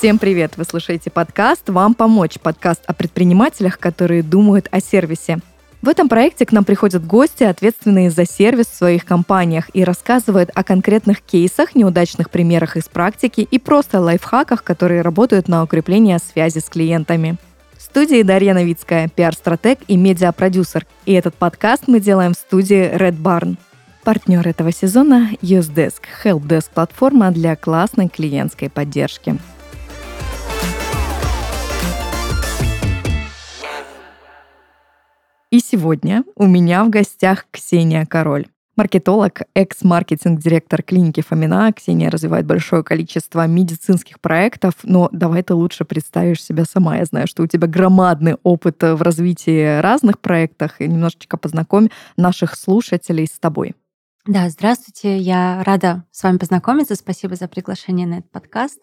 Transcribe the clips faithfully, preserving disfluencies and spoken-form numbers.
Всем привет! Вы слушаете подкаст «Вам помочь» — подкаст о предпринимателях, которые думают о сервисе. В этом проекте к нам приходят гости, ответственные за сервис в своих компаниях, и рассказывают о конкретных кейсах, неудачных примерах из практики и просто лайфхаках, которые работают на укрепление связи с клиентами. В студии Дарья Новицкая, пиар-стратег и медиапродюсер. И этот подкаст мы делаем в студии Red Barn. Партнер этого сезона — UseDesk — helpdesk-платформа для классной клиентской поддержки. И сегодня у меня в гостях Ксения Король. Маркетолог, экс-маркетинг-директор клиники Фомина. Ксения развивает большое количество медицинских проектов, но давай ты лучше представишь себя сама. Я знаю, что у тебя громадный опыт в развитии разных проектов, и немножечко познакомь наших слушателей с тобой. Да, здравствуйте, я рада с вами познакомиться. Спасибо за приглашение на этот подкаст.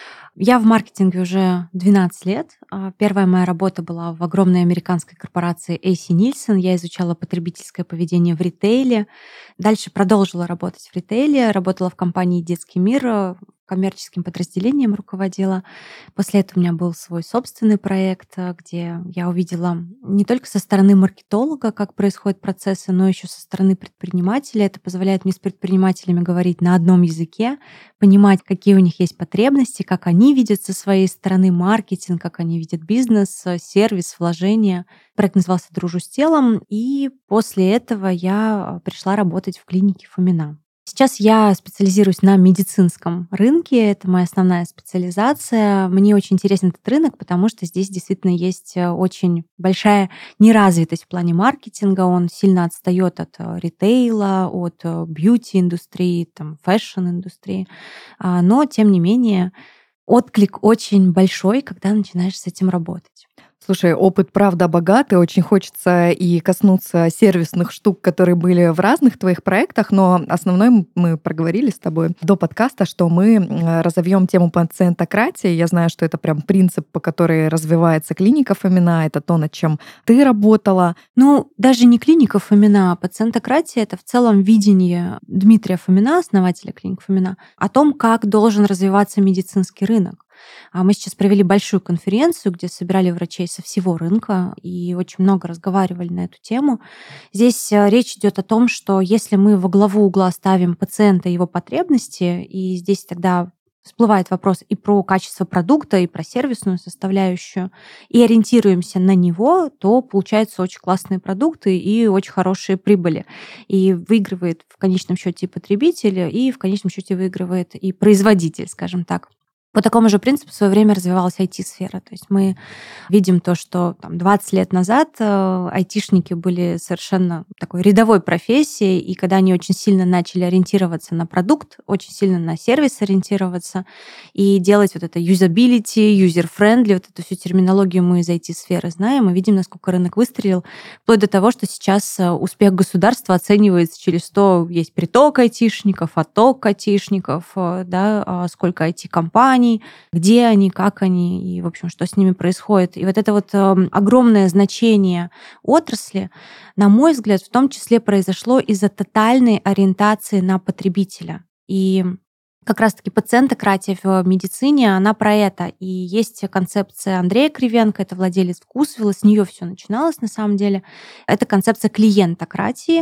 Я в маркетинге уже двенадцать лет. Первая моя работа была в огромной американской корпорации эй си Nielsen. Я изучала потребительское поведение в ритейле. Дальше продолжила работать в ритейле. Работала в компании «Детский мир», коммерческим подразделением руководила. После этого у меня был свой собственный проект, где я увидела не только со стороны маркетолога, как происходят процессы, но еще со стороны предпринимателя. Это позволяет мне с предпринимателями говорить на одном языке, понимать, какие у них есть потребности, как они видят со своей стороны маркетинг, как они видят бизнес, сервис, вложения. Проект назывался «Дружу с телом», и после этого я пришла работать в клинике Фомина. Сейчас я специализируюсь на медицинском рынке, это моя основная специализация. Мне очень интересен этот рынок, потому что здесь действительно есть очень большая неразвитость в плане маркетинга, он сильно отстает от ритейла, от бьюти-индустрии, там, фэшн-индустрии, но, тем не менее, отклик очень большой, когда начинаешь с этим работать. Слушай, опыт правда богатый, очень хочется и коснуться сервисных штук, которые были в разных твоих проектах, но основной мы проговорили с тобой до подкаста, что мы разовьем тему пациентократии. Я знаю, что это прям принцип, по которому развивается клиника Фомина, это то, над чем ты работала. Ну, даже не клиника Фомина, а пациентократия — это в целом видение Дмитрия Фомина, основателя клиники Фомина, о том, как должен развиваться медицинский рынок. Мы сейчас провели большую конференцию, где собирали врачей со всего рынка и очень много разговаривали на эту тему. Здесь речь идет о том, что если мы во главу угла ставим пациента и его потребности, и здесь тогда всплывает вопрос и про качество продукта, и про сервисную составляющую, и ориентируемся на него, то получаются очень классные продукты и очень хорошие прибыли. И выигрывает в конечном счете и потребитель, и в конечном счете выигрывает и производитель, скажем так. По такому же принципу в свое время развивалась ай ти-сфера. То есть мы видим то, что там, двадцать лет назад айтишники были совершенно такой рядовой профессией, и когда они очень сильно начали ориентироваться на продукт, очень сильно на сервис ориентироваться и делать вот это юзабилити, юзер-френдли, вот эту всю терминологию мы из ай ти-сферы знаем, мы видим, насколько рынок выстрелил, вплоть до того, что сейчас успех государства оценивается через то, есть приток айтишников, отток айтишников, да, сколько ай ти-компаний, где они, как они и, в общем, что с ними происходит. И вот это вот огромное значение отрасли, на мой взгляд, в том числе произошло из-за тотальной ориентации на потребителя. И как раз-таки пациентократия в медицине, она про это. И есть концепция Андрея Кривенко, это владелец Вкусвилла, с нее все начиналось на самом деле. Это концепция клиентократии,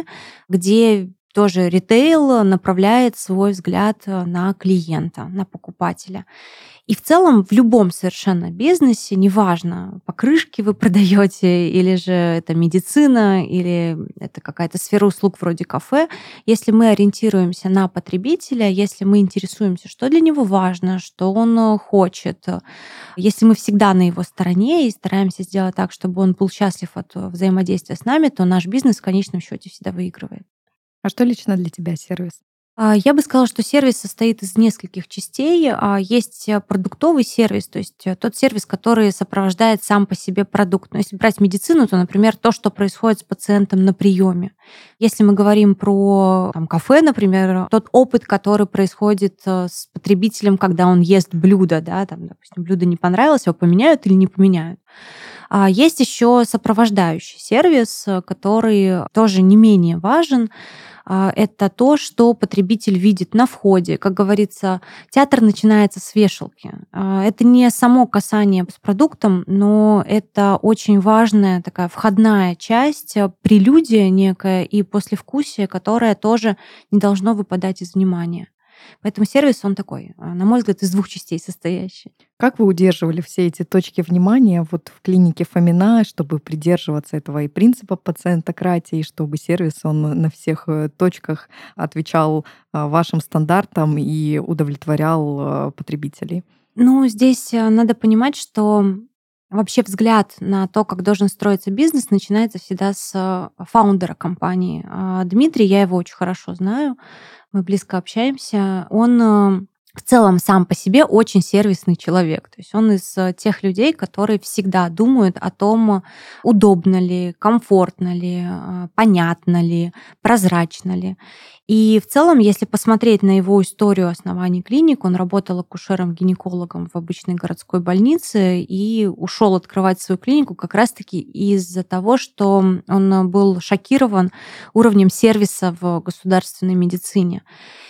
где тоже ритейл направляет свой взгляд на клиента, на покупателя. И в целом в любом совершенно бизнесе, неважно, покрышки вы продаете, или же это медицина, или это какая-то сфера услуг вроде кафе, если мы ориентируемся на потребителя, если мы интересуемся, что для него важно, что он хочет, если мы всегда на его стороне и стараемся сделать так, чтобы он был счастлив от взаимодействия с нами, то наш бизнес в конечном счете всегда выигрывает. А что лично для тебя сервис? Я бы сказала, что сервис состоит из нескольких частей. Есть продуктовый сервис, то есть тот сервис, который сопровождает сам по себе продукт. Но если брать медицину, то, например, то, что происходит с пациентом на приеме. Если мы говорим про там, кафе, например, тот опыт, который происходит с потребителем, когда он ест блюдо, да, там, допустим, блюдо не понравилось, его поменяют или не поменяют. А есть еще сопровождающий сервис, который тоже не менее важен. Это то, что потребитель видит на входе. Как говорится, театр начинается с вешалки. Это не само касание с продуктом, но это очень важная такая входная часть, прелюдия некая и послевкусие, которое тоже не должно выпадать из внимания. Поэтому сервис, он такой, на мой взгляд, из двух частей состоящий. Как вы удерживали все эти точки внимания вот в клинике Фомина, чтобы придерживаться этого и принципа пациентократии, чтобы сервис, он на всех точках отвечал вашим стандартам и удовлетворял потребителей? Ну, здесь надо понимать, что вообще взгляд на то, как должен строиться бизнес, начинается всегда с фаундера компании. Дмитрий, я его очень хорошо знаю, мы близко общаемся. Он в целом сам по себе очень сервисный человек. То есть он из тех людей, которые всегда думают о том, удобно ли, комфортно ли, понятно ли, прозрачно ли. И в целом, если посмотреть на его историю основания клиник, он работал акушером-гинекологом в обычной городской больнице и ушел открывать свою клинику как раз-таки из-за того, что он был шокирован уровнем сервиса в государственной медицине.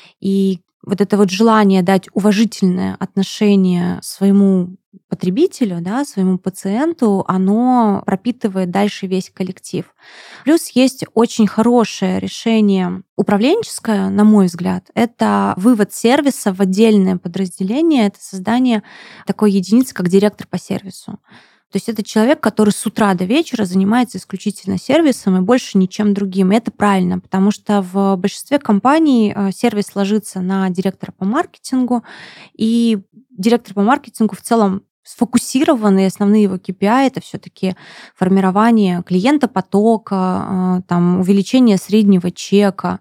И вот это вот желание дать уважительное отношение своему потребителю, да, своему пациенту, оно пропитывает дальше весь коллектив. Плюс есть очень хорошее решение управленческое, на мой взгляд, это вывод сервиса в отдельное подразделение, это создание такой единицы, как директор по сервису. То есть это человек, который с утра до вечера занимается исключительно сервисом и больше ничем другим. И это правильно, потому что в большинстве компаний сервис ложится на директора по маркетингу, и директор по маркетингу в целом сфокусирован, и основные его кей пи ай это все-таки формирование клиентопотока, там, увеличение среднего чека.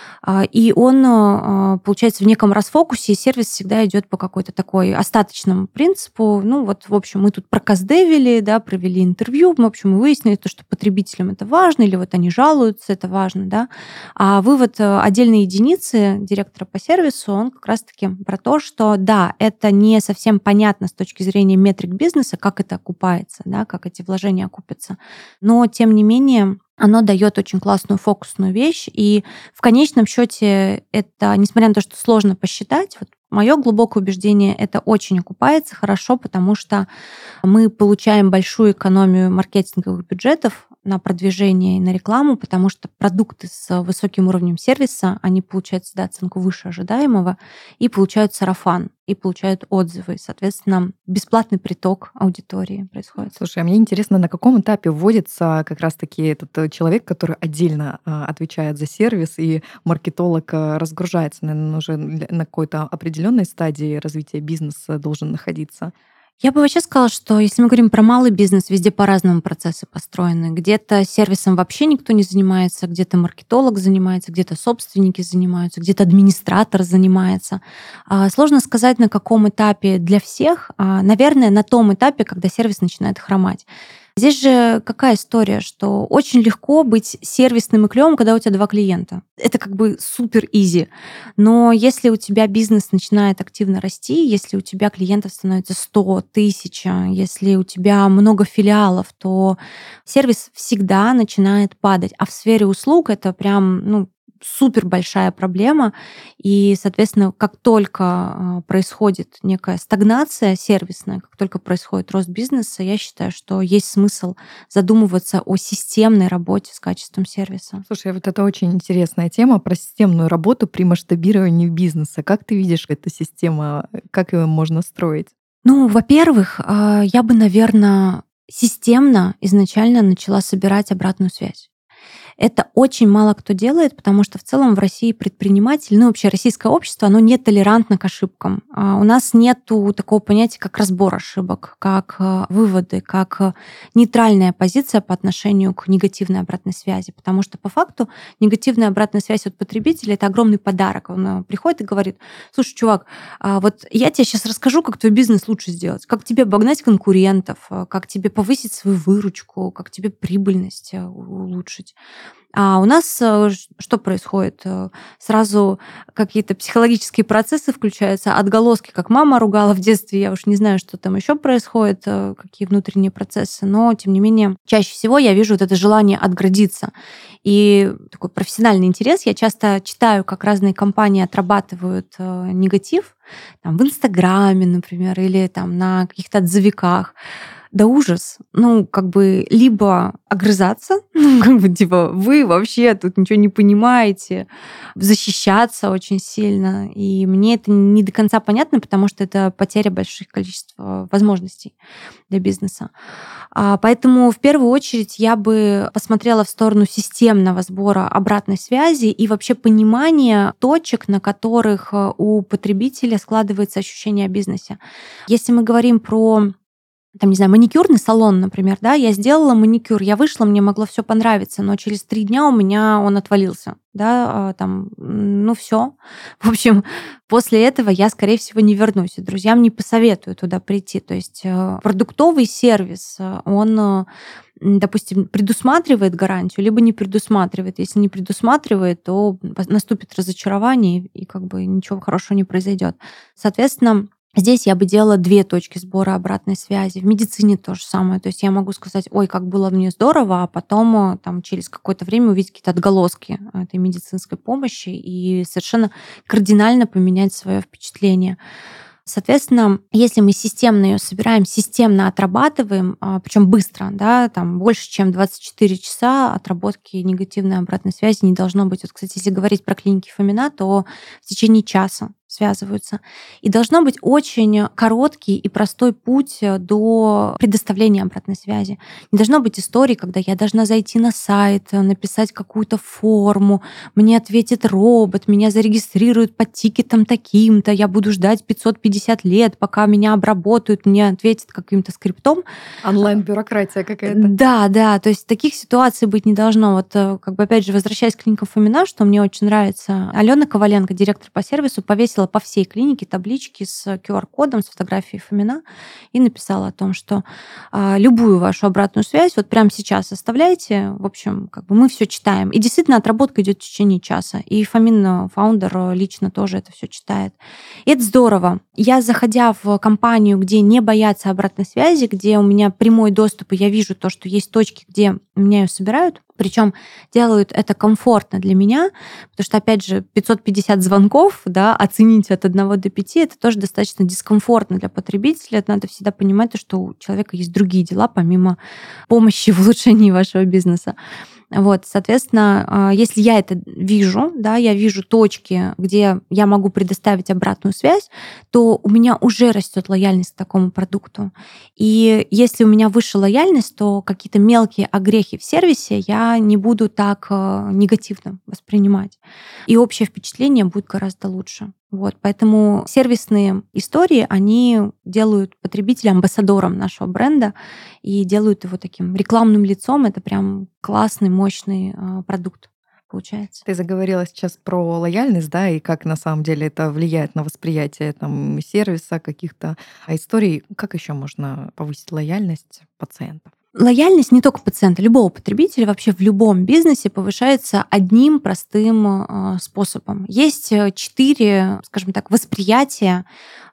И он, получается, в неком расфокусе, и сервис всегда идет по какой-то такой остаточному принципу. Ну вот, в общем, мы тут проказдевили, да, провели интервью, в общем, мы выяснили то, что потребителям это важно, или вот они жалуются, это важно, да. А вывод отдельной единицы директора по сервису, он как раз-таки про то, что да, это не совсем понятно с точки зрения метрик бизнеса, как это окупается, да, как эти вложения окупятся. Но, тем не менее, оно дает очень классную фокусную вещь, и в конечном счете это, несмотря на то, что сложно посчитать, вот мое глубокое убеждение, это очень окупается хорошо, потому что мы получаем большую экономию маркетинговых бюджетов на продвижение и на рекламу, потому что продукты с высоким уровнем сервиса, они получают всегда оценку выше ожидаемого и получают сарафан, и получают отзывы. Соответственно, бесплатный приток аудитории происходит. Слушай, а мне интересно, на каком этапе вводится как раз-таки этот человек, который отдельно отвечает за сервис, и маркетолог разгружается, наверное, уже на какой-то определенной стадии развития бизнеса должен находиться? Я бы вообще сказала, что если мы говорим про малый бизнес, везде по-разному процессы построены. Где-то сервисом вообще никто не занимается, где-то маркетолог занимается, где-то собственники занимаются, где-то администратор занимается. Сложно сказать, на каком этапе для всех. Наверное, на том этапе, когда сервис начинает хромать. Здесь же какая история, что очень легко быть сервисным и клёвым, когда у тебя два клиента. Это как бы супер изи. Но если у тебя бизнес начинает активно расти, если у тебя клиентов становится сто, тысяча, если у тебя много филиалов, то сервис всегда начинает падать. А в сфере услуг это прям, ну, супер большая проблема. И, соответственно, как только происходит некая стагнация сервисная, как только происходит рост бизнеса, я считаю, что есть смысл задумываться о системной работе с качеством сервиса. Слушай, вот это очень интересная тема про системную работу при масштабировании бизнеса. Как ты видишь эту систему? Как ее можно строить? Ну, во-первых, я бы, наверное, системно изначально начала собирать обратную связь. Это очень мало кто делает, потому что в целом в России предприниматель, ну вообще российское общество, оно не толерантно к ошибкам. У нас нету такого понятия, как разбор ошибок, как выводы, как нейтральная позиция по отношению к негативной обратной связи. Потому что по факту негативная обратная связь от потребителя — это огромный подарок. Он приходит и говорит: слушай, чувак, вот я тебе сейчас расскажу, как твой бизнес лучше сделать, как тебе обогнать конкурентов, как тебе повысить свою выручку, как тебе прибыльность улучшить. А у нас э, ш- что происходит? Э, Сразу какие-то психологические процессы включаются, отголоски, как мама ругала в детстве, я уж не знаю, что там еще происходит, э, какие внутренние процессы, но тем не менее чаще всего я вижу вот это желание отградиться. И такой профессиональный интерес. Я часто читаю, как разные компании отрабатывают э, негатив там, в Инстаграме, например, или там на каких-то отзывиках. Да ужас. Ну, как бы либо огрызаться, ну, как бы типа вы вообще тут ничего не понимаете, защищаться очень сильно. И мне это не до конца понятно, потому что это потеря больших количеств э, возможностей для бизнеса. А, Поэтому в первую очередь я бы посмотрела в сторону системного сбора обратной связи и вообще понимания точек, на которых э, у потребителя складывается ощущение о бизнесе. Если мы говорим про там, не знаю, маникюрный салон, например, да, я сделала маникюр, я вышла, мне могло все понравиться, но через три дня у меня он отвалился, да, а, там, м, ну все. В общем, после этого я, скорее всего, не вернусь, и друзьям не посоветую туда прийти. То есть э, продуктовый сервис, э, он, э, м, допустим, предусматривает гарантию, либо не предусматривает. Если не предусматривает, то наступит разочарование, и как бы ничего хорошего не произойдет. Соответственно, здесь я бы делала две точки сбора обратной связи. В медицине то же самое. То есть я могу сказать, ой, как было мне здорово, а потом э, там, через какое-то время увидеть какие-то отголоски этой медицинской помощи и совершенно кардинально поменять свое впечатление. Соответственно, если мы системно ее собираем, системно отрабатываем, причем быстро, да, там больше, чем двадцать четыре часа отработки негативной обратной связи не должно быть. Вот, кстати, если говорить про клиники Фомина, то в течение часа связываются. И должно быть очень короткий и простой путь до предоставления обратной связи. Не должно быть истории, когда я должна зайти на сайт, написать какую-то форму, мне ответит робот, меня зарегистрируют под тикетом таким-то, я буду ждать пятьсот пятьдесят лет, пока меня обработают, мне ответят каким-то скриптом. Онлайн-бюрократия какая-то. Да, да, то есть таких ситуаций быть не должно. Вот как бы опять же, возвращаясь к клиникам Фомина, что мне очень нравится, Алена Коваленко, директор по сервису, повесила по всей клинике таблички с ку ар-кодом, с фотографией Фомина и написала о том, что а, любую вашу обратную связь вот прямо сейчас оставляйте. В общем, как бы мы все читаем. И действительно, отработка идет в течение часа. И Фомин, фаундер, лично тоже это все читает. И это здорово. Я, заходя в компанию, где не боятся обратной связи, где у меня прямой доступ, и я вижу то, что есть точки, где меня ее собирают, причем делают это комфортно для меня, потому что, опять же, пятьсот пятьдесят звонков, да, оценить от одного до пяти, это тоже достаточно дискомфортно для потребителя. Это надо всегда понимать, что у человека есть другие дела, помимо помощи в улучшении вашего бизнеса. Вот, соответственно, если я это вижу, да, я вижу точки, где я могу предоставить обратную связь, то у меня уже растет лояльность к такому продукту. И если у меня выше лояльность, то какие-то мелкие огрехи в сервисе я не буду так негативно воспринимать. И общее впечатление будет гораздо лучше. Вот, поэтому сервисные истории, они делают потребителя амбассадором нашего бренда и делают его таким рекламным лицом. Это прям классный, мощный э, продукт получается. Ты заговорила сейчас про лояльность, да, и как на самом деле это влияет на восприятие там сервиса, каких-то историй. Как еще можно повысить лояльность пациентов? Лояльность не только пациента, любого потребителя вообще в любом бизнесе повышается одним простым способом. Есть четыре, скажем так, восприятия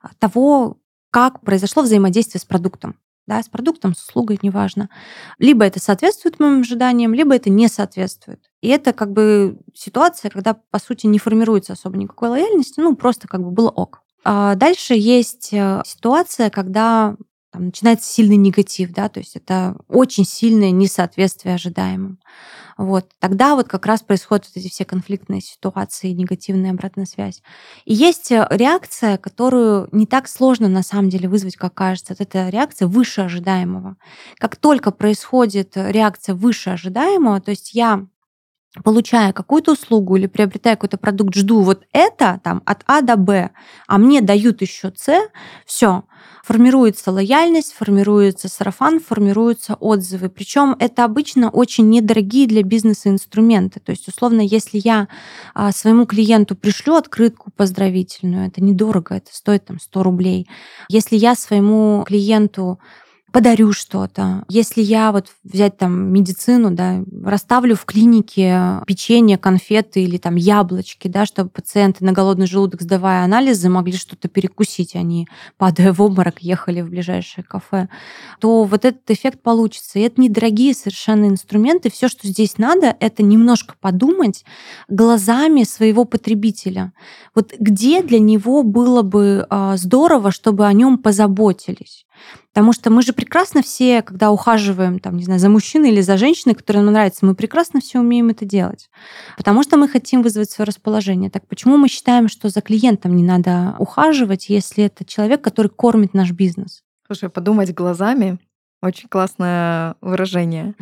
того, как произошло взаимодействие с продуктом. Да, с продуктом, с услугой, неважно. Либо это соответствует моим ожиданиям, либо это не соответствует. И это как бы ситуация, когда, по сути, не формируется особо никакой лояльности, ну, просто как бы было ок. А дальше есть ситуация, когда там начинается сильный негатив, да, то есть это очень сильное несоответствие ожидаемым. Вот. Тогда вот как раз происходят вот эти все конфликтные ситуации, негативная обратная связь. И есть реакция, которую не так сложно на самом деле вызвать, как кажется. Это реакция выше ожидаемого. Как только происходит реакция выше ожидаемого, то есть я получая какую-то услугу или приобретая какой-то продукт, жду вот это там от А до Б, а мне дают еще С, все, формируется лояльность, формируется сарафан, формируются отзывы. Причем это обычно очень недорогие для бизнеса инструменты. То есть, условно, если я своему клиенту пришлю открытку поздравительную, это недорого, это стоит там сто рублей. Если я своему клиенту подарю что-то. Если я вот взять там медицину, да, расставлю в клинике печенье, конфеты или там яблочки, да, чтобы пациенты на голодный желудок, сдавая анализы, могли что-то перекусить, они, падая в обморок, ехали в ближайшее кафе, то вот этот эффект получится. И это недорогие совершенно инструменты. Все, что здесь надо, это немножко подумать глазами своего потребителя. Вот где для него было бы а, здорово, чтобы о нем позаботились. Потому что мы же прекрасно все, когда ухаживаем, там, не знаю, за мужчиной или за женщиной, которая нам нравится, мы прекрасно все умеем это делать. Потому что мы хотим вызвать свое расположение. Так почему мы считаем, что за клиентом не надо ухаживать, если это человек, который кормит наш бизнес? Слушай, подумать глазами — очень классное выражение.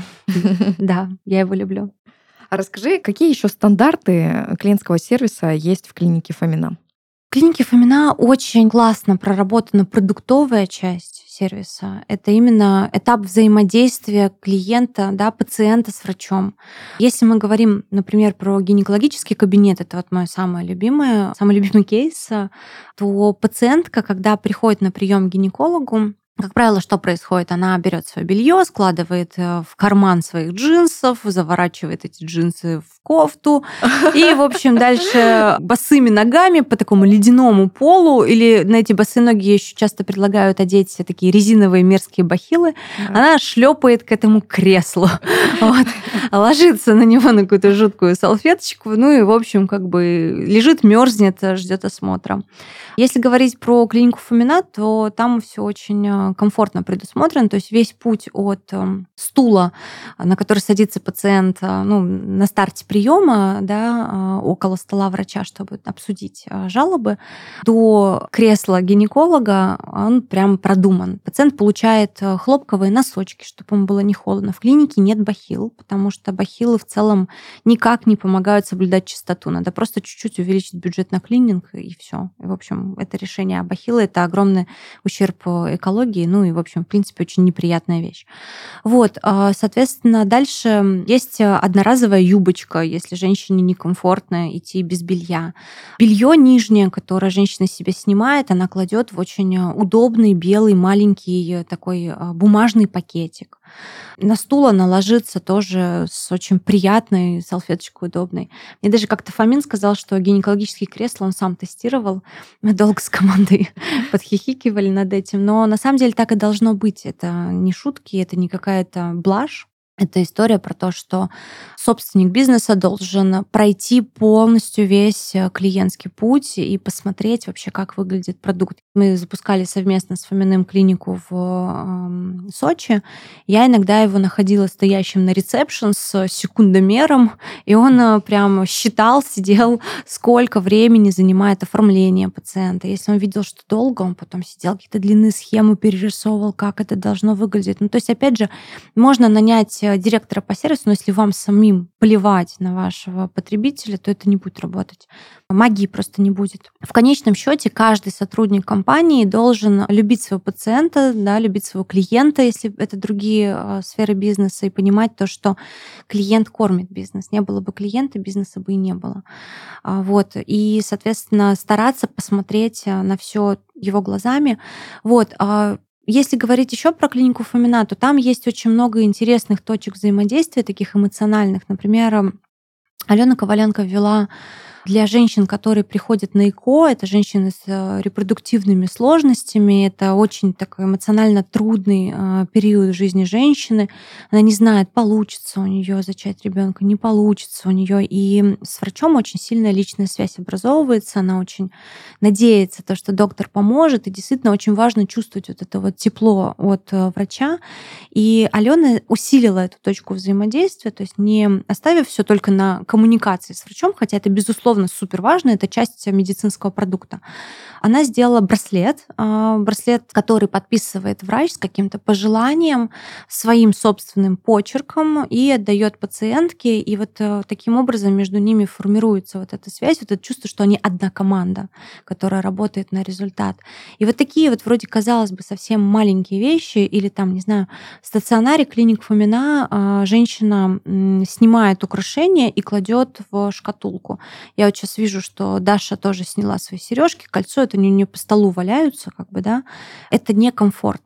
Да, я его люблю. А расскажи, какие еще стандарты клиентского сервиса есть в клинике Фомина? В клинике Фомина очень классно проработана продуктовая часть сервиса. Это именно этап взаимодействия клиента, да, пациента с врачом. Если мы говорим, например, про гинекологический кабинет, это вот мой самый любимый, самый любимый кейс, то пациентка, когда приходит на прием к гинекологу, как правило, что происходит? Она берет свое белье, складывает в карман своих джинсов, заворачивает эти джинсы в кофту и, в общем, дальше босыми ногами по такому ледяному полу, или на эти босые ноги еще часто предлагают одеть такие резиновые мерзкие бахилы, да. Она шлепает к этому креслу, вот, ложится на него на какую-то жуткую салфеточку, ну и, в общем, как бы лежит, мерзнет, ждет осмотра. Если говорить про клинику Фомина, то там все очень комфортно предусмотрено, то есть весь путь от стула, на который садится пациент, ну, на старте приема, да, около стола врача, чтобы обсудить жалобы, до кресла гинеколога, он прям продуман. Пациент получает хлопковые носочки, чтобы ему было не холодно. В клинике нет бахил, потому что бахилы в целом никак не помогают соблюдать чистоту. Надо просто чуть-чуть увеличить бюджет на клининг, и все. В общем, это решение. А бахилы — это огромный ущерб экологии, ну и, в общем, в принципе, очень неприятная вещь. Вот, соответственно, дальше есть одноразовая юбочка, если женщине некомфортно идти без белья. Белье нижнее, которое женщина себе снимает, она кладет в очень удобный белый маленький такой бумажный пакетик. На стул она ложится тоже с очень приятной салфеточкой удобной. Мне даже как-то Фомин сказал, что гинекологические кресла он сам тестировал. Мы долго с командой подхихикивали над этим. Но на самом деле так и должно быть. Это не шутки, это не какая-то блажь. Это история про то, что собственник бизнеса должен пройти полностью весь клиентский путь и посмотреть вообще, как выглядит продукт. Мы запускали совместно с Фоминым клинику в Сочи. Я иногда его находила стоящим на ресепшн с секундомером, и он прям считал, сидел, сколько времени занимает оформление пациента. Если он видел, что долго, он потом сидел, какие-то длинные схемы перерисовывал, как это должно выглядеть. Ну, то есть, опять же, можно нанять директора по сервису, но если вам самим плевать на вашего потребителя, то это не будет работать. Магии просто не будет. В конечном счете каждый сотрудник компании должен любить своего пациента, да, любить своего клиента, если это другие э, сферы бизнеса, и понимать то, что клиент кормит бизнес. Не было бы клиента, бизнеса бы и не было. А, вот. И, соответственно, стараться посмотреть на все его глазами. Вот. А если говорить еще про клинику Фомина, то там есть очень много интересных точек взаимодействия, таких эмоциональных. Например, Алена Коваленко ввела для женщин, которые приходят на ЭКО, это женщины с репродуктивными сложностями, это очень такой эмоционально трудный период в жизни женщины. Она не знает, получится у нее зачать ребенка, не получится у нее. И с врачом очень сильная личная связь образовывается, она очень надеется, то, что доктор поможет, и действительно очень важно чувствовать вот это вот тепло от врача. И Алена усилила эту точку взаимодействия, то есть не оставив все только на коммуникации с врачом, хотя это, безусловно, супер важно, это часть медицинского продукта. Она сделала браслет, браслет, который подписывает врач с каким-то пожеланием, своим собственным почерком и отдает пациентке, и вот таким образом между ними формируется вот эта связь, вот это чувство, что они одна команда, которая работает на результат. И вот такие вот вроде, казалось бы, совсем маленькие вещи, или там, не знаю, в стационаре клиник Фомина женщина снимает украшения и кладет в шкатулку. Я вот сейчас вижу, что Даша тоже сняла свои сережки, кольцо, это у нее по столу валяются, как бы, да. Это некомфортно.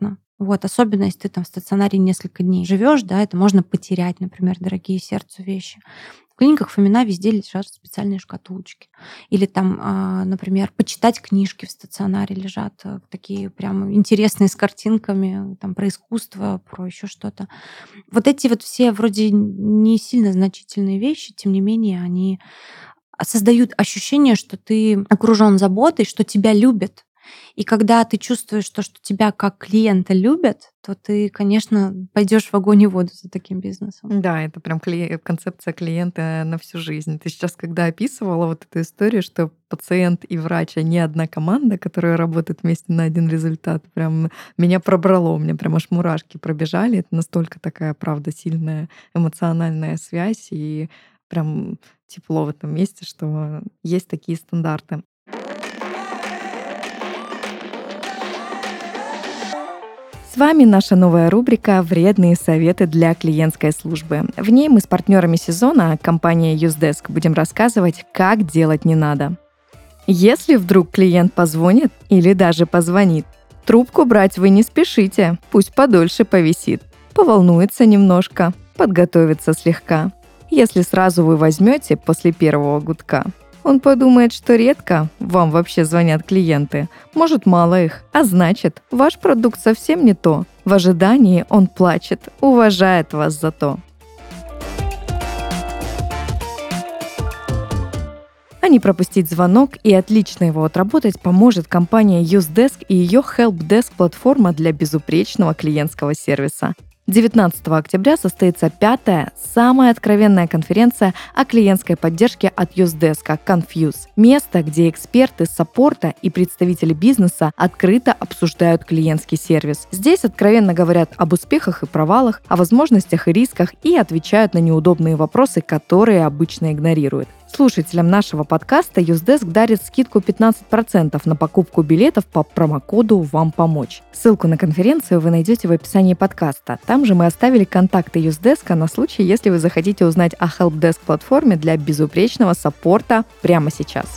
Вот, особенно если ты там в стационаре несколько дней живешь, да, это можно потерять, например, дорогие сердцу вещи. В клиниках Фомина везде лежат специальные шкатулочки. Или там, а, например, почитать книжки в стационаре лежат а, такие прям интересные с картинками там, про искусство, про еще что-то. Вот эти вот все вроде не сильно значительные вещи, тем не менее, они создают ощущение, что ты окружен заботой, что тебя любят. И когда ты чувствуешь то, что тебя как клиента любят, то ты, конечно, пойдешь в огонь и воду за таким бизнесом. Да, это прям кли- концепция клиента на всю жизнь. Ты сейчас, когда описывала вот эту историю, что пациент и врач, они одна команда, которая работает вместе на один результат, прям меня пробрало, у меня прям аж мурашки пробежали. Это настолько такая, правда, сильная эмоциональная связь и прям тепло в этом месте, что есть такие стандарты. С вами наша новая рубрика «Вредные советы для клиентской службы». В ней мы с партнерами сезона, компания Юздеск, будем рассказывать, как делать не надо. Если вдруг клиент позвонит или даже позвонит, трубку брать вы не спешите, пусть подольше повисит, поволнуется немножко, подготовится слегка. Если сразу вы возьмете после первого гудка, он подумает, что редко вам вообще звонят клиенты. Может, мало их, а значит, ваш продукт совсем не то. В ожидании он плачет, уважает вас за то. А не пропустить звонок и отлично его отработать поможет компания Юздеск и ее Helpdesk-платформа для безупречного клиентского сервиса. девятнадцатого октября состоится пятая, самая откровенная конференция о клиентской поддержке от Юздеска Confuse. Место, где эксперты саппорта и представители бизнеса открыто обсуждают клиентский сервис. Здесь откровенно говорят об успехах и провалах, о возможностях и рисках и отвечают на неудобные вопросы, которые обычно игнорируют. Слушателям нашего подкаста Юздеск дарит скидку пятнадцать процентов на покупку билетов по промокоду «Вам помочь». Ссылку на конференцию вы найдете в описании подкаста. Там же мы оставили контакты Юздеска на случай, если вы захотите узнать о Helpdesk-платформе для безупречного саппорта прямо сейчас.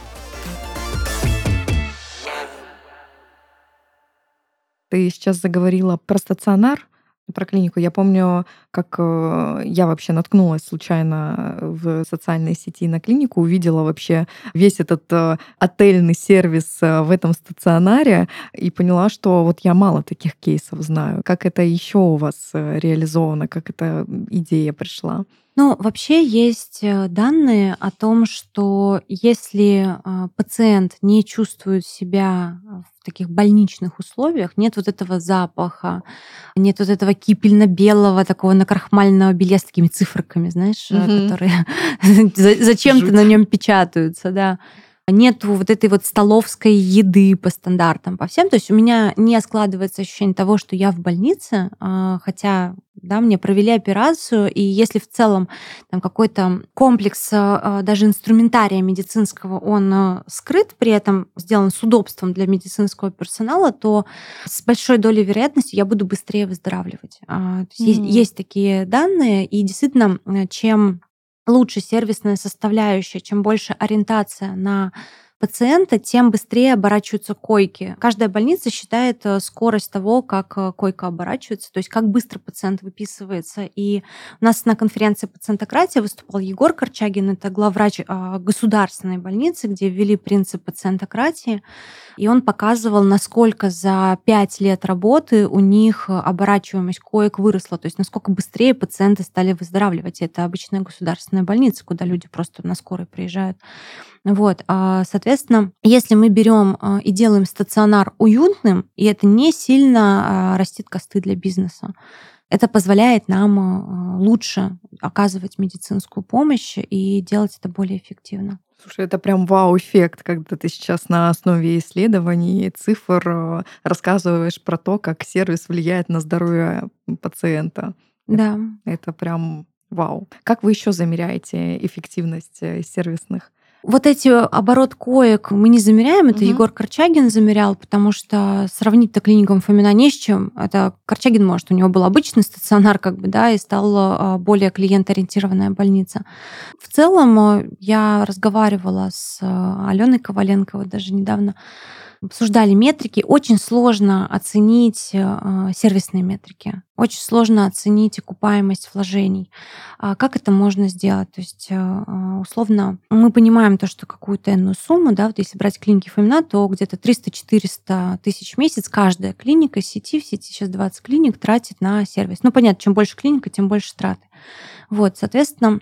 Ты сейчас заговорила про стационар, про клинику. Я помню, как э, я вообще наткнулась случайно в социальной сети на клинику, увидела вообще весь этот э, отельный сервис э, в этом стационаре и поняла, что вот я мало таких кейсов знаю. Как это еще у вас э, реализовано, как эта идея пришла? Ну, вообще есть э, данные о том, что если э, пациент не чувствует себя в таких больничных условиях, нет вот этого запаха, нет вот этого кипельно-белого, такого накрахмаленного белья с такими циферками, знаешь, э, Мгм. которые за- зачем-то Жуть. на нем печатаются, да. Нету вот этой вот столовской еды по стандартам, по всем. То есть у меня не складывается ощущение того, что я в больнице, а, хотя, да, мне провели операцию, и если в целом там какой-то комплекс а, даже инструментария медицинского, он а, скрыт, при этом сделан с удобством для медицинского персонала, то с большой долей вероятности я буду быстрее выздоравливать. А, то есть есть, Мгм. есть такие данные, и действительно, э, чем лучше сервисная составляющая, чем больше ориентация на пациента, тем быстрее оборачиваются койки. Каждая больница считает э, скорость того, как э, койка оборачивается, то есть как быстро пациент выписывается. И у нас на конференции пациентократия выступал Егор Корчагин, это главврач э, государственной больницы, где ввели принцип пациентократии. И он показывал, насколько за пять лет работы у них оборачиваемость коек выросла, то есть насколько быстрее пациенты стали выздоравливать. Это обычная государственная больница, куда люди просто на скорой приезжают. Вот, а, соответственно, если мы берем а, и делаем стационар уютным, и это не сильно а, растит косты для бизнеса, это позволяет нам а, лучше оказывать медицинскую помощь и делать это более эффективно. Слушай, это прям вау-эффект, когда ты сейчас на основе исследований, цифр э, рассказываешь про то, как сервис влияет на здоровье пациента. Это, Да. это прям вау. Как вы еще замеряете эффективность э, сервисных? Вот эти оборот коек мы не замеряем, это Мгм. Егор Корчагин замерял, потому что сравнить-то клиникам Фомина не с чем. Это Корчагин, может, у него был обычный стационар, как бы, да, и стала более клиент-ориентированная больница. В целом, я разговаривала с Аленой Коваленко вот даже недавно. обсуждали метрики. Очень сложно оценить э, сервисные метрики. Очень сложно оценить окупаемость вложений. А как это можно сделать? То есть, э, условно, мы понимаем то, что какую-то энную сумму, да, вот если брать клиники Фомина, то где-то триста-четыреста тысяч в месяц каждая клиника сети, в сети сейчас двадцать клиник, тратит на сервис. Ну, понятно, чем больше клиника, тем больше траты. Вот, соответственно,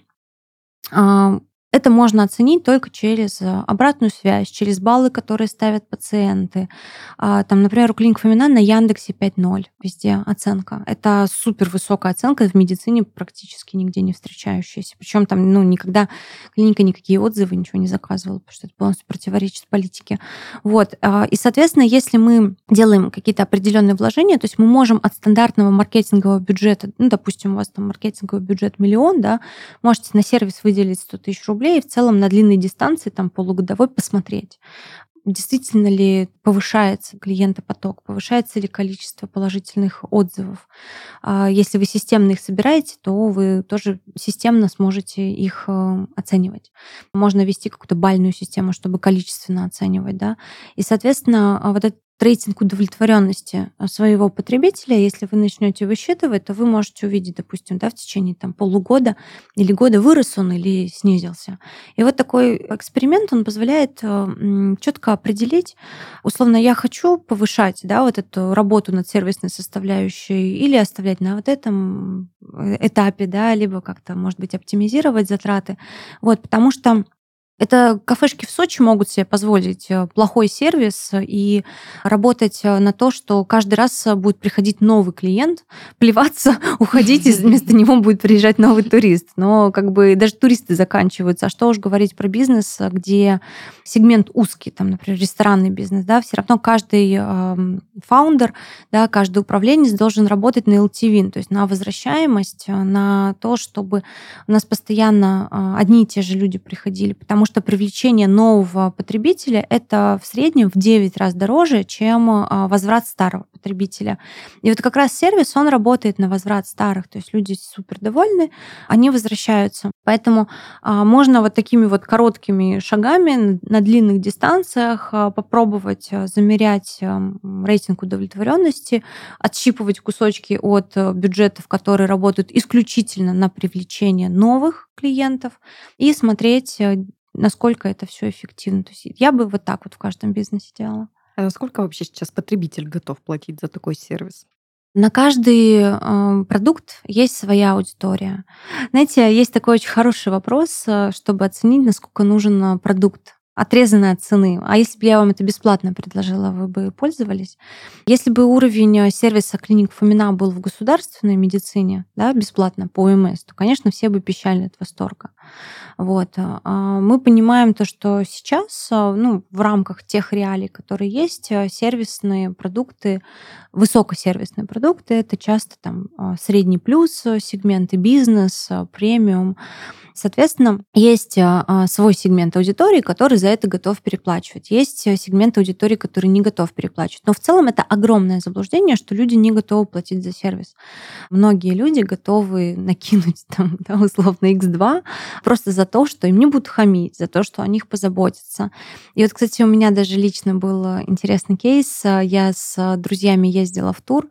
а, это можно оценить только через а, обратную связь, через баллы, которые ставят пациенты. А, Там, например, у клиник Фомина на Яндексе пять ноль везде оценка. Это супер высокая оценка в медицине, практически нигде не встречающаяся. Причем там ну, никогда клиника никакие отзывы, ничего не заказывала, потому что это полностью противоречит политике. Вот. а, И, соответственно, если мы делаем какие-то определенные вложения, то есть мы можем от стандартного маркетингового бюджета, ну, допустим, у вас там маркетинговый бюджет миллион, да, можете на сервис выделить сто тысяч рублей и в целом на длинной дистанции, там полугодовой, посмотреть, действительно ли повышается клиентопоток, повышается ли количество положительных отзывов. А Если вы системно их собираете, то вы тоже системно сможете их э, оценивать. Можно вести какую-то бальную систему, чтобы количественно оценивать. Да? И, соответственно, а вот этот рейтинг удовлетворенности своего потребителя, если вы начнете высчитывать, то вы можете увидеть, допустим, да, в течение там, полугода или года вырос он или снизился. И вот такой эксперимент, он позволяет четко определить, условно, я хочу повышать да, вот эту работу над сервисной составляющей или оставлять на вот этом этапе, да, либо как-то, может быть, оптимизировать затраты. Вот, потому что это кафешки в Сочи могут себе позволить э, плохой сервис и работать э, на то, что каждый раз э, будет приходить новый клиент, плеваться, уходить, и вместо него будет приезжать новый турист. Но как бы даже туристы заканчиваются. А что уж говорить про бизнес, э, где сегмент узкий, там, например, ресторанный бизнес, да, все равно каждый э, фаундер, да, каждый управленец должен работать на эл ти ви, то есть на возвращаемость, э, на то, чтобы у нас постоянно э, одни и те же люди приходили, потому что привлечение нового потребителя это в среднем в девять раз дороже, чем а, возврат старого потребителя. И вот как раз сервис, он работает на возврат старых, то есть люди супер довольны, они возвращаются. Поэтому а, можно вот такими вот короткими шагами на длинных дистанциях а, попробовать а, замерять а, рейтинг удовлетворенности, отщипывать кусочки от а, бюджетов, которые работают исключительно на привлечение новых клиентов и смотреть, насколько это все эффективно. То есть я бы вот так вот в каждом бизнесе делала. А насколько вообще сейчас потребитель готов платить за такой сервис? На каждый э, продукт есть своя аудитория. Знаете, есть такой очень хороший вопрос, э, чтобы оценить, насколько нужен э, продукт, отрезанный от цены. А если бы я вам это бесплатно предложила, вы бы пользовались? Если бы уровень э, сервиса клиник Фомина был в государственной медицине, да, бесплатно по о эм эс, то, конечно, все бы пищали от восторга. Вот. А Мы понимаем то, что сейчас, а, ну, в рамках тех реалий, которые есть, а, сервисные продукты, высокосервисные продукты, это часто там а, средний плюс а, сегменты, бизнес, а, премиум. Соответственно, есть а, а, свой сегмент аудитории, который за это готов переплачивать. Есть а, сегмент аудитории, который не готов переплачивать. Но в целом это огромное заблуждение, что люди не готовы платить за сервис. Многие люди готовы накинуть там, да, условно икс два просто за то, что им не будут хамить, за то, что о них позаботятся. И вот, кстати, у меня даже лично был интересный кейс. Я с друзьями ездила в тур,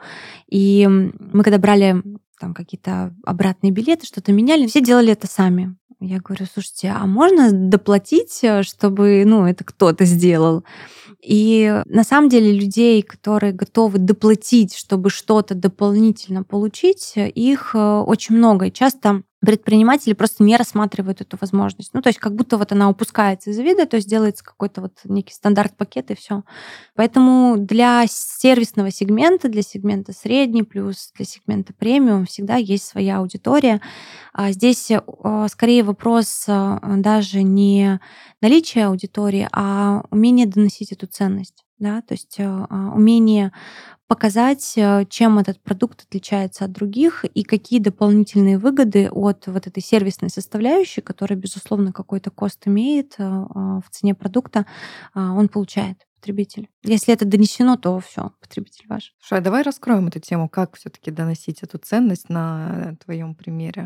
и мы когда брали там какие-то обратные билеты, что-то меняли, все делали это сами. Я говорю, слушайте, а можно доплатить, чтобы, ну, это кто-то сделал? И на самом деле людей, которые готовы доплатить, чтобы что-то дополнительно получить, их э, очень много. И часто предприниматели просто не рассматривают эту возможность. Ну, то есть как будто вот она упускается из вида, то есть делается какой-то вот некий стандарт пакет и все. Поэтому для сервисного сегмента, для сегмента средний плюс, для сегмента премиум всегда есть своя аудитория. А Здесь э, скорее вопрос э, даже не наличия аудитории, а умение доносить эту ценность. Да? То есть э, а, умение показать, э, чем этот продукт отличается от других и какие дополнительные выгоды от вот этой сервисной составляющей, которая, безусловно, какой-то кост имеет э, а, в цене продукта, а, он получает потребитель. Если это донесено, то все, потребитель ваш. Слушай, а давай раскроем эту тему, как все-таки доносить эту ценность на твоем примере.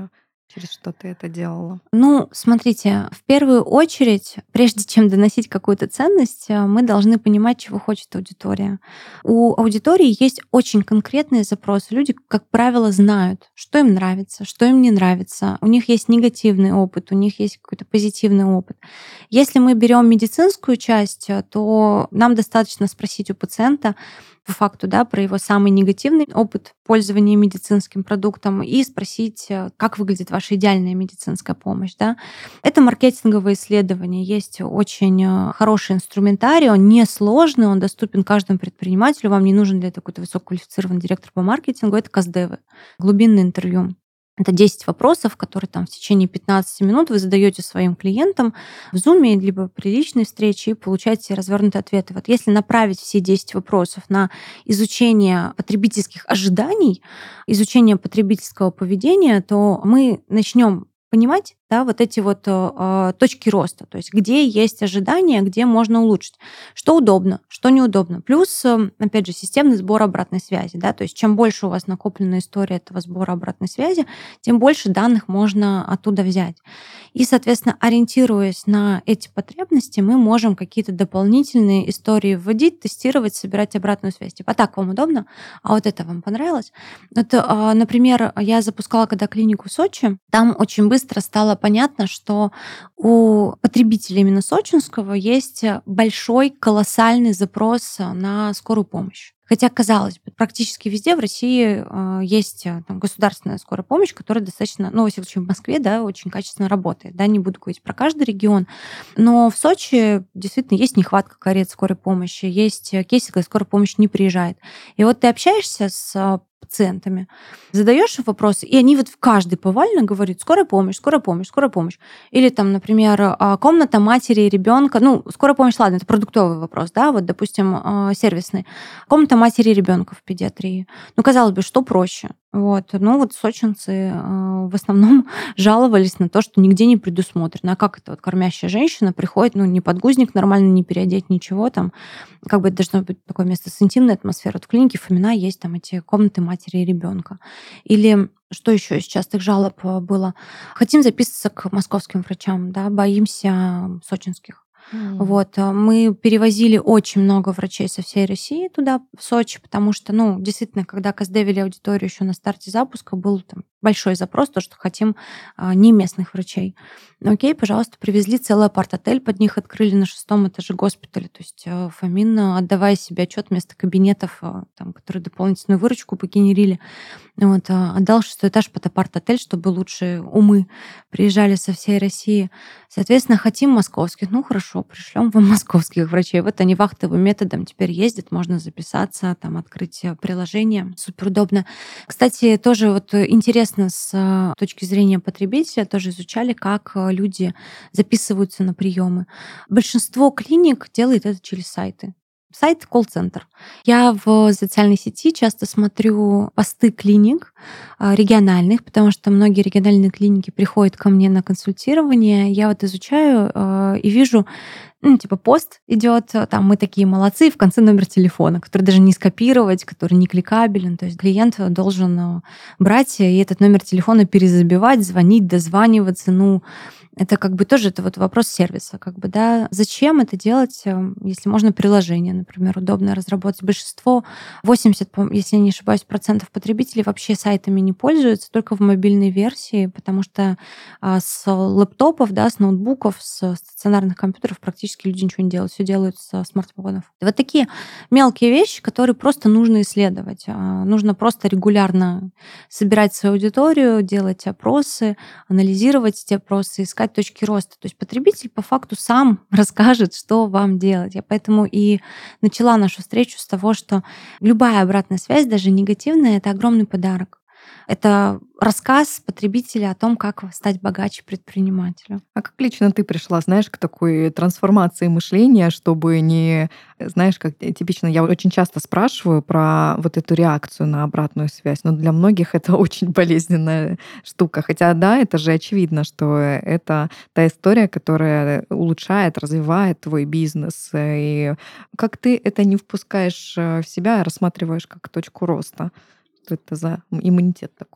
Через что ты это делала? Ну, смотрите, в первую очередь, прежде чем доносить какую-то ценность, э, мы должны понимать, чего хочет аудитория. У аудитории есть очень конкретные запросы. Люди, как правило, знают, что им нравится, что им не нравится. У них есть негативный опыт, у них есть какой-то позитивный опыт. Если мы берем медицинскую часть, э, то нам достаточно спросить у пациента по факту, да, про его самый негативный опыт пользования медицинским продуктом и спросить, э, как выглядит ваша идеальная медицинская помощь. Да. Это маркетинговое исследование. Есть очень э, хороший инструментарий, он несложный, он доступен каждому предпринимателю. Вам не нужен для этого какой-то высококвалифицированный директор по маркетингу. Это КАЗДЕВы, глубинное интервью. Это десять вопросов, которые там в течение пятнадцати минут вы задаете своим клиентам в Zoom, либо при личной встрече, и получаете развернутые ответы. Вот если направить все десять вопросов на изучение потребительских ожиданий, изучение потребительского поведения, то мы начнем понимать, да, вот эти вот э, точки роста, то есть где есть ожидания, где можно улучшить, что удобно, что неудобно. Плюс, э, опять же, системный сбор обратной связи, да, то есть чем больше у вас накоплена история этого сбора обратной связи, тем больше данных можно оттуда взять. И, соответственно, ориентируясь на эти потребности, мы можем какие-то дополнительные истории вводить, тестировать, собирать обратную связь. Типа, а так вам удобно, а вот это вам понравилось. Вот, э, например, я запускала когда клинику в Сочи, там очень быстро стало понятно, что у потребителей именно сочинского есть большой, колоссальный запрос на скорую помощь. Хотя, казалось бы, практически везде в России э, есть э, там, государственная скорая помощь, которая достаточно, ну, во всяком случае, в Москве, да, очень качественно работает. Да, не буду говорить про каждый регион. Но в Сочи действительно есть нехватка карет скорой помощи, есть кейсы, когда скорая помощь не приезжает. И вот ты общаешься с пациентами, задаешь им вопросы, и они вот в каждый повально говорят: скорая помощь, скорая помощь, скорая помощь. Или там, например, комната матери и ребенка. Ну, скорая помощь, ладно, это продуктовый вопрос, да, вот, допустим, сервисный. Комната матери и ребенка в педиатрии. Ну, казалось бы, что проще? Вот. Ну, вот сочинцы в основном жаловались на то, что нигде не предусмотрено. А как это вот кормящая женщина приходит, ну, ни подгузник нормально не переодеть, ничего там. Как бы это должно быть такое место с интимной атмосферой. Вот в клинике Фомина есть там эти комнаты матери и ребенка. Или что еще из частых жалоб было? Хотим записываться к московским врачам, да, боимся сочинских. Mm. Вот. Мы перевозили очень много врачей со всей России туда, в Сочи, потому что, ну, действительно, когда КАЗДЕВили аудиторию еще на старте запуска, был там большой запрос, то, что хотим а, не местных врачей. Ну, окей, пожалуйста, привезли целый апарт-отель, под них открыли на шестом этаже госпиталя. То есть а, Фомин, отдавая себе отчет вместо кабинетов, а, там, которые дополнительную выручку погенерили, вот, а, отдал шестой этаж под апарт-отель, чтобы лучшие умы приезжали со всей России. Соответственно, хотим московских. Ну, хорошо, пришлем вам московских врачей. Вот они вахтовым методом теперь ездят, можно записаться, там, открыть приложение. Супер удобно. Кстати, тоже вот интересно с точки зрения потребителя, тоже изучали, как люди записываются на приемы. Большинство клиник делает это через сайты. Сайт колл-центр. Я в социальной сети часто смотрю посты клиник региональных, потому что многие региональные клиники приходят ко мне на консультирование. Я вот изучаю и вижу, ну, типа пост идет, там мы такие молодцы, в конце номер телефона, который даже не скопировать, который не кликабелен. То есть клиент должен брать и этот номер телефона перезабивать, звонить, дозваниваться. Ну, это как бы тоже это вот вопрос сервиса. Как бы, да. Зачем это делать, если можно приложение, например, удобно разработать? Большинство, восемьдесят, если я не ошибаюсь, процентов потребителей вообще сайтами не пользуются, только в мобильной версии, потому что с лэптопов, да, с ноутбуков, с стационарных компьютеров практически люди ничего не делают, все делают со смартфонов. Вот такие мелкие вещи, которые просто нужно исследовать. Нужно просто регулярно собирать свою аудиторию, делать опросы, анализировать эти опросы, искать точки роста. То есть потребитель по факту сам расскажет, что вам делать. Я поэтому и начала нашу встречу с того, что любая обратная связь, даже негативная, это огромный подарок. Это рассказ потребителя о том, как стать богаче предпринимателю. А как лично ты пришла, знаешь, к такой трансформации мышления, чтобы не, знаешь, как типично, я очень часто спрашиваю про вот эту реакцию на обратную связь, но для многих это очень болезненная штука. Хотя, да, это же очевидно, что это та история, которая улучшает, развивает твой бизнес. И как ты это не впускаешь в себя, а рассматриваешь как точку роста? Что это за иммунитет такой?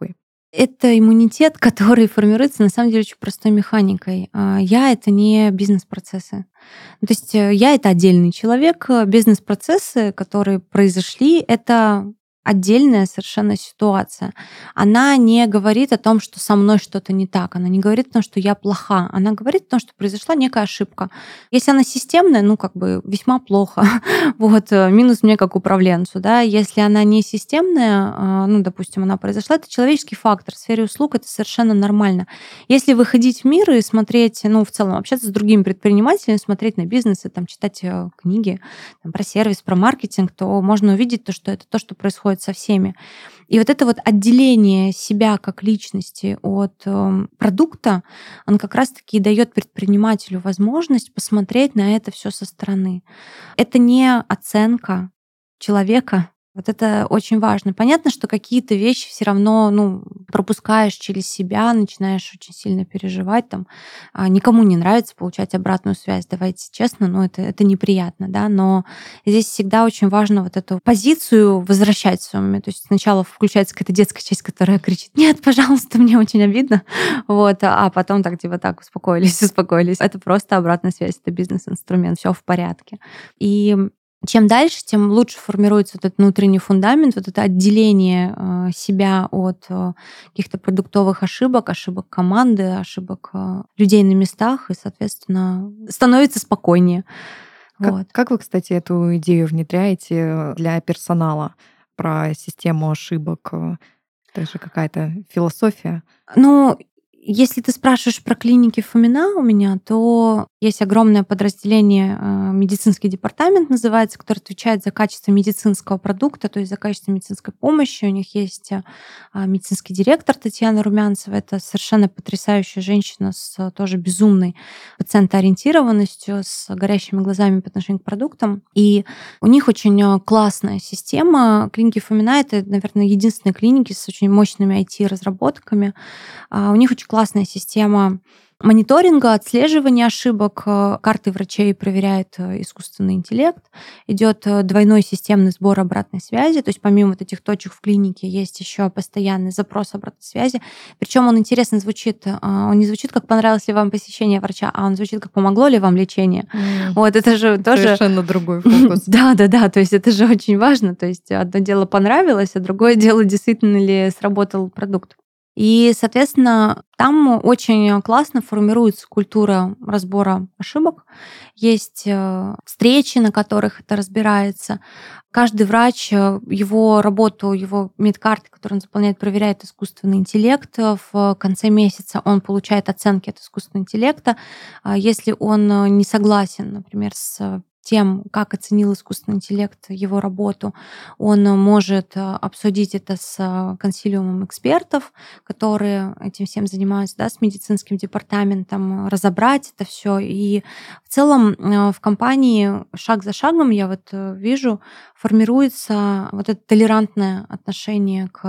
Это иммунитет, который формируется на самом деле очень простой механикой. А, Я— это не бизнес-процессы. Ну, То есть э, я— это отдельный человек, э, бизнес-процессы, которые произошли, это отдельная совершенно ситуация. Она не говорит о том, что со мной что-то не так, она не говорит о том, что я плоха, она говорит о том, что произошла некая ошибка. Если она системная, ну, как бы весьма плохо. Вот, э, минус мне как управленцу, да. Если она не системная, а, ну, допустим, она произошла, это человеческий фактор. В сфере услуг это совершенно нормально. Если выходить в мир и смотреть, ну, в целом общаться с другими предпринимателями, смотреть на бизнес, и там читать э, книги там, про сервис, про маркетинг, то можно увидеть то, что это то, что происходит со всеми. И вот это вот отделение себя как личности от эм, продукта, он как раз-таки дает предпринимателю возможность посмотреть на это все со стороны. Это не оценка человека. Вот это очень важно. Понятно, что какие-то вещи все равно, ну, пропускаешь через себя, начинаешь очень сильно переживать. Там, а, никому не нравится получать обратную связь, давайте честно, но это, это неприятно, да. Но здесь всегда очень важно вот эту позицию возвращать в своем уме. То есть сначала включается какая-то детская часть, которая кричит: нет, пожалуйста, мне очень обидно. Вот, а потом так типа так успокоились, успокоились. Это просто обратная связь, это бизнес-инструмент, все в порядке. И чем дальше, тем лучше формируется вот этот внутренний фундамент, вот это отделение э, себя от э, каких-то продуктовых ошибок, ошибок команды, ошибок э, людей на местах, и, соответственно, становится спокойнее. Как, Вот. как вы, кстати, эту идею внедряете для персонала про систему ошибок? э, Это же какая-то философия. Ну, если ты спрашиваешь про клиники Фомина у меня, то есть огромное подразделение, э, медицинский департамент называется, который отвечает за качество медицинского продукта, то есть за качество медицинской помощи. У них есть э, а, медицинский директор Татьяна Румянцева. Это совершенно потрясающая женщина с э, тоже безумной пациентоориентированностью, с горящими глазами по отношению к продуктам. И у них очень э, классная система. Клиники Фомина — это, наверное, единственные клиники с очень мощными ай ти-разработками. А, У них очень классная система мониторинга, отслеживания ошибок. Э, Карты врачей проверяет э, искусственный интеллект. Идет э, двойной системный сбор обратной связи. То есть помимо вот этих точек в клинике есть еще постоянный запрос обратной связи. Причем он интересно звучит. э, Он не звучит как «понравилось ли вам посещение врача», а он звучит как «помогло ли вам лечение». М, Вот это же тоже... Совершенно другой фокус. Да, да, да. То есть это же очень важно. То есть одно дело понравилось, а другое дело, действительно ли сработал продукт. И, соответственно, там очень классно формируется культура разбора ошибок. Есть э, встречи, на которых это разбирается. Каждый врач, э, его работу, его медкарты, которые он заполняет, проверяет искусственный интеллект. В конце месяца он получает оценки от искусственного интеллекта. А Если он э, не согласен, например, с тем, как оценил искусственный интеллект его работу, он может э, обсудить это с э, консилиумом экспертов, которые этим всем занимаются, да, с медицинским департаментом, разобрать это все. И в целом э, в компании шаг за шагом я вот э, вижу, формируется вот это толерантное отношение к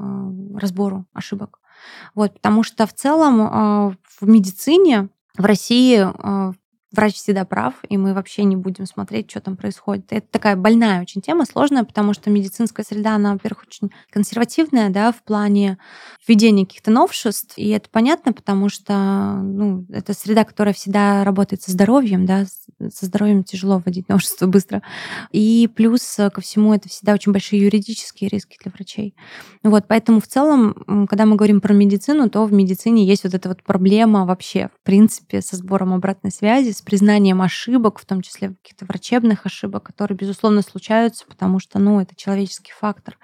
э, разбору ошибок. Вот, потому что в целом э, в медицине в России э, врач всегда прав, и мы вообще не будем смотреть, что там происходит. Это такая больная очень тема, сложная, потому что медицинская среда, она, во-первых, очень консервативная, да, в плане введения каких-то новшеств, и это понятно, потому что, ну, это среда, которая всегда работает со здоровьем, да, с- со здоровьем тяжело вводить новшества быстро. И плюс э, ко всему это всегда очень большие юридические риски для врачей. Вот, поэтому в целом, м, когда мы говорим про медицину, то в медицине есть вот эта вот проблема вообще, в принципе, со сбором обратной связи, с признанием ошибок, в том числе каких-то врачебных ошибок, которые, безусловно, случаются, потому что, ну, это человеческий фактор.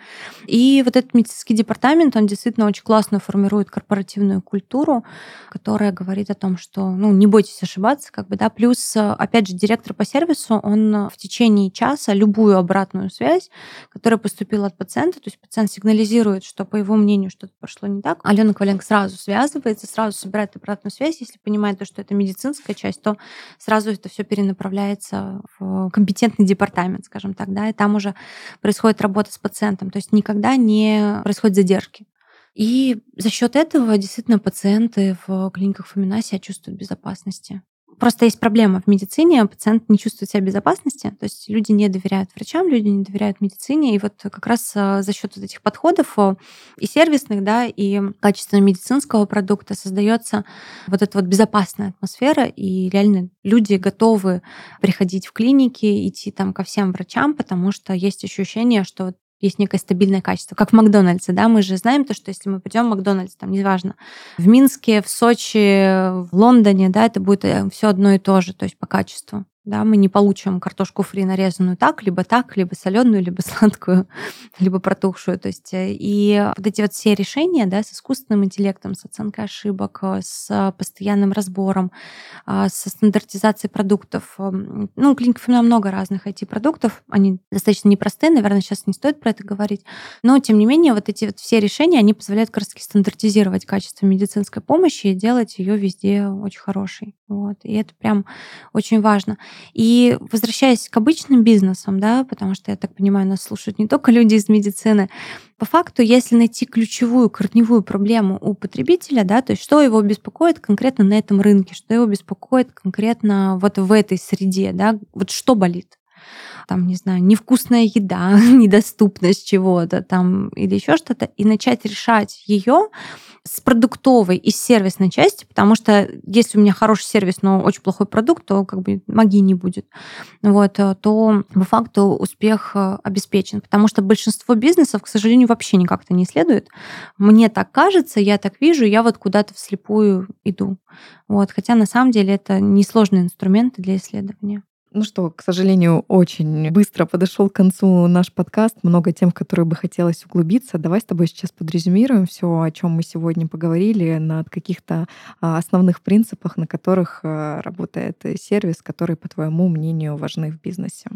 И вот этот медицинский департамент, он действительно очень классно формирует корпоративную культуру, которая говорит о том, что, ну, не бойтесь ошибаться, как бы, да, плюс, э, опять же, директор по сервису, он э, в течение часа любую обратную связь, которая поступила от пациента, то есть пациент сигнализирует, что, по его мнению, что-то пошло не так, Алена Коваленко сразу связывается, сразу собирает обратную связь, если понимает, то, что это медицинская часть, то сразу это все перенаправляется в компетентный департамент, скажем так, да, и там уже происходит работа с пациентом, то есть никогда не происходит задержки. И за счет этого действительно пациенты в клиниках Фомина себя чувствуют в безопасности. Просто есть проблема в медицине, пациент не чувствует себя в безопасности, то есть люди не доверяют врачам, люди не доверяют медицине, и вот как раз за счет вот этих подходов и сервисных, да, и качественного медицинского продукта создается вот эта вот безопасная атмосфера, и реально люди готовы приходить в клиники, идти там ко всем врачам, потому что есть ощущение, что вот есть некое стабильное качество. Как в Макдональдсе, да, мы же знаем то, что если мы пойдем в Макдональдс, там, неважно, в Минске, в Сочи, в Лондоне, да, это будет все одно и то же, то есть по качеству. Да, мы не получим картошку фри нарезанную так, либо так, либо соленую, либо сладкую, либо протухшую. То есть и вот эти вот все решения, да, с искусственным интеллектом, с оценкой ошибок, с постоянным разбором, со стандартизацией продуктов. Ну, у клиников много разных ай ти-продуктов, они достаточно непростые, наверное, сейчас не стоит про это говорить, но, тем не менее, вот эти вот все решения, они позволяют как раз-таки стандартизировать качество медицинской помощи и делать ее везде очень хорошей. Вот. И это прям очень важно. И возвращаясь к обычным бизнесам, да, потому что, я так понимаю, нас слушают не только люди из медицины, по факту, если найти ключевую, корневую проблему у потребителя, да, то есть что его беспокоит конкретно на этом рынке, что его беспокоит конкретно вот в этой среде, да, вот что болит. Там, не знаю, невкусная еда, недоступность чего-то там или еще что-то, и начать решать ее с продуктовой и с сервисной части, потому что если у меня хороший сервис, но очень плохой продукт, то как бы магии не будет. Вот, то по факту успех обеспечен, потому что большинство бизнесов, к сожалению, вообще никак-то не исследует. Мне так кажется, я так вижу, я вот куда-то вслепую иду. Вот, хотя на самом деле это несложные инструменты для исследования. Ну что, к сожалению, очень быстро подошел к концу наш подкаст. Много тем, в которые бы хотелось углубиться. Давай с тобой сейчас подрезюмируем все, о чем мы сегодня поговорили, над каких-то основных принципах, на которых работает сервис, которые, по твоему мнению, важны в бизнесе.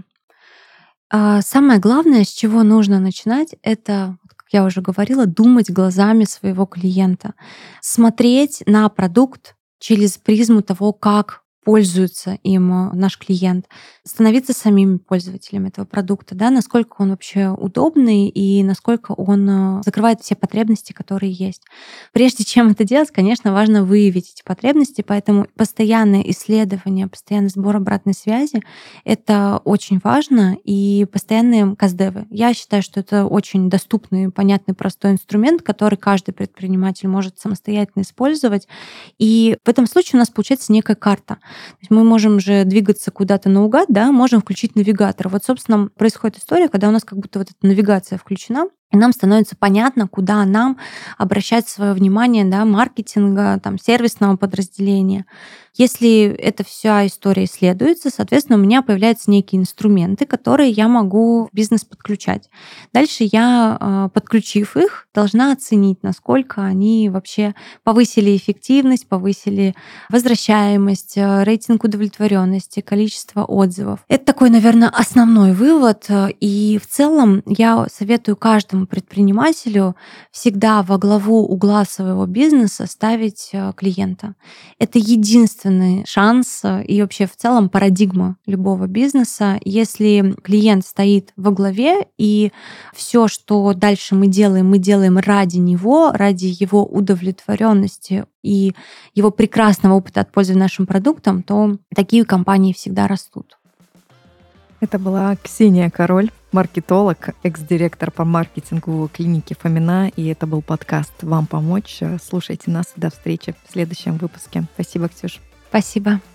Самое главное, с чего нужно начинать, это, как я уже говорила, думать глазами своего клиента, смотреть на продукт через призму того, как пользуется им наш клиент, становиться самим пользователем этого продукта, да, насколько он вообще удобный и насколько он закрывает все потребности, которые есть. Прежде чем это делать, конечно, важно выявить эти потребности, поэтому постоянное исследование, постоянный сбор обратной связи — это очень важно, и постоянные каздевы. Я считаю, что это очень доступный, понятный, простой инструмент, который каждый предприниматель может самостоятельно использовать, и в этом случае у нас получается некая карта. То есть мы можем же двигаться куда-то наугад, да, можем включить навигатор. Вот, собственно, происходит история, когда у нас как будто вот эта навигация включена, и нам становится понятно, куда нам обращать свое внимание, да, маркетинга, там, сервисного подразделения. Если эта вся история исследуется, соответственно, у меня появляются некие инструменты, которые я могу в бизнес подключать. Дальше я, подключив их, должна оценить, насколько они вообще повысили эффективность, повысили возвращаемость, рейтинг удовлетворенности, количество отзывов. Это такой, наверное, основной вывод. И в целом я советую каждому предпринимателю всегда во главу угла своего бизнеса ставить клиента. Это единственный шанс и вообще в целом парадигма любого бизнеса. Если клиент стоит во главе, и все, что дальше мы делаем, мы делаем ради него, ради его удовлетворенности и его прекрасного опыта от пользования нашим продуктом, то такие компании всегда растут. Это была Ксения Король, маркетолог, экс-директор по маркетингу клиники Фомина, и это был подкаст «Вам помочь». Слушайте нас. До встречи в следующем выпуске. Спасибо, Ксюш. Спасибо.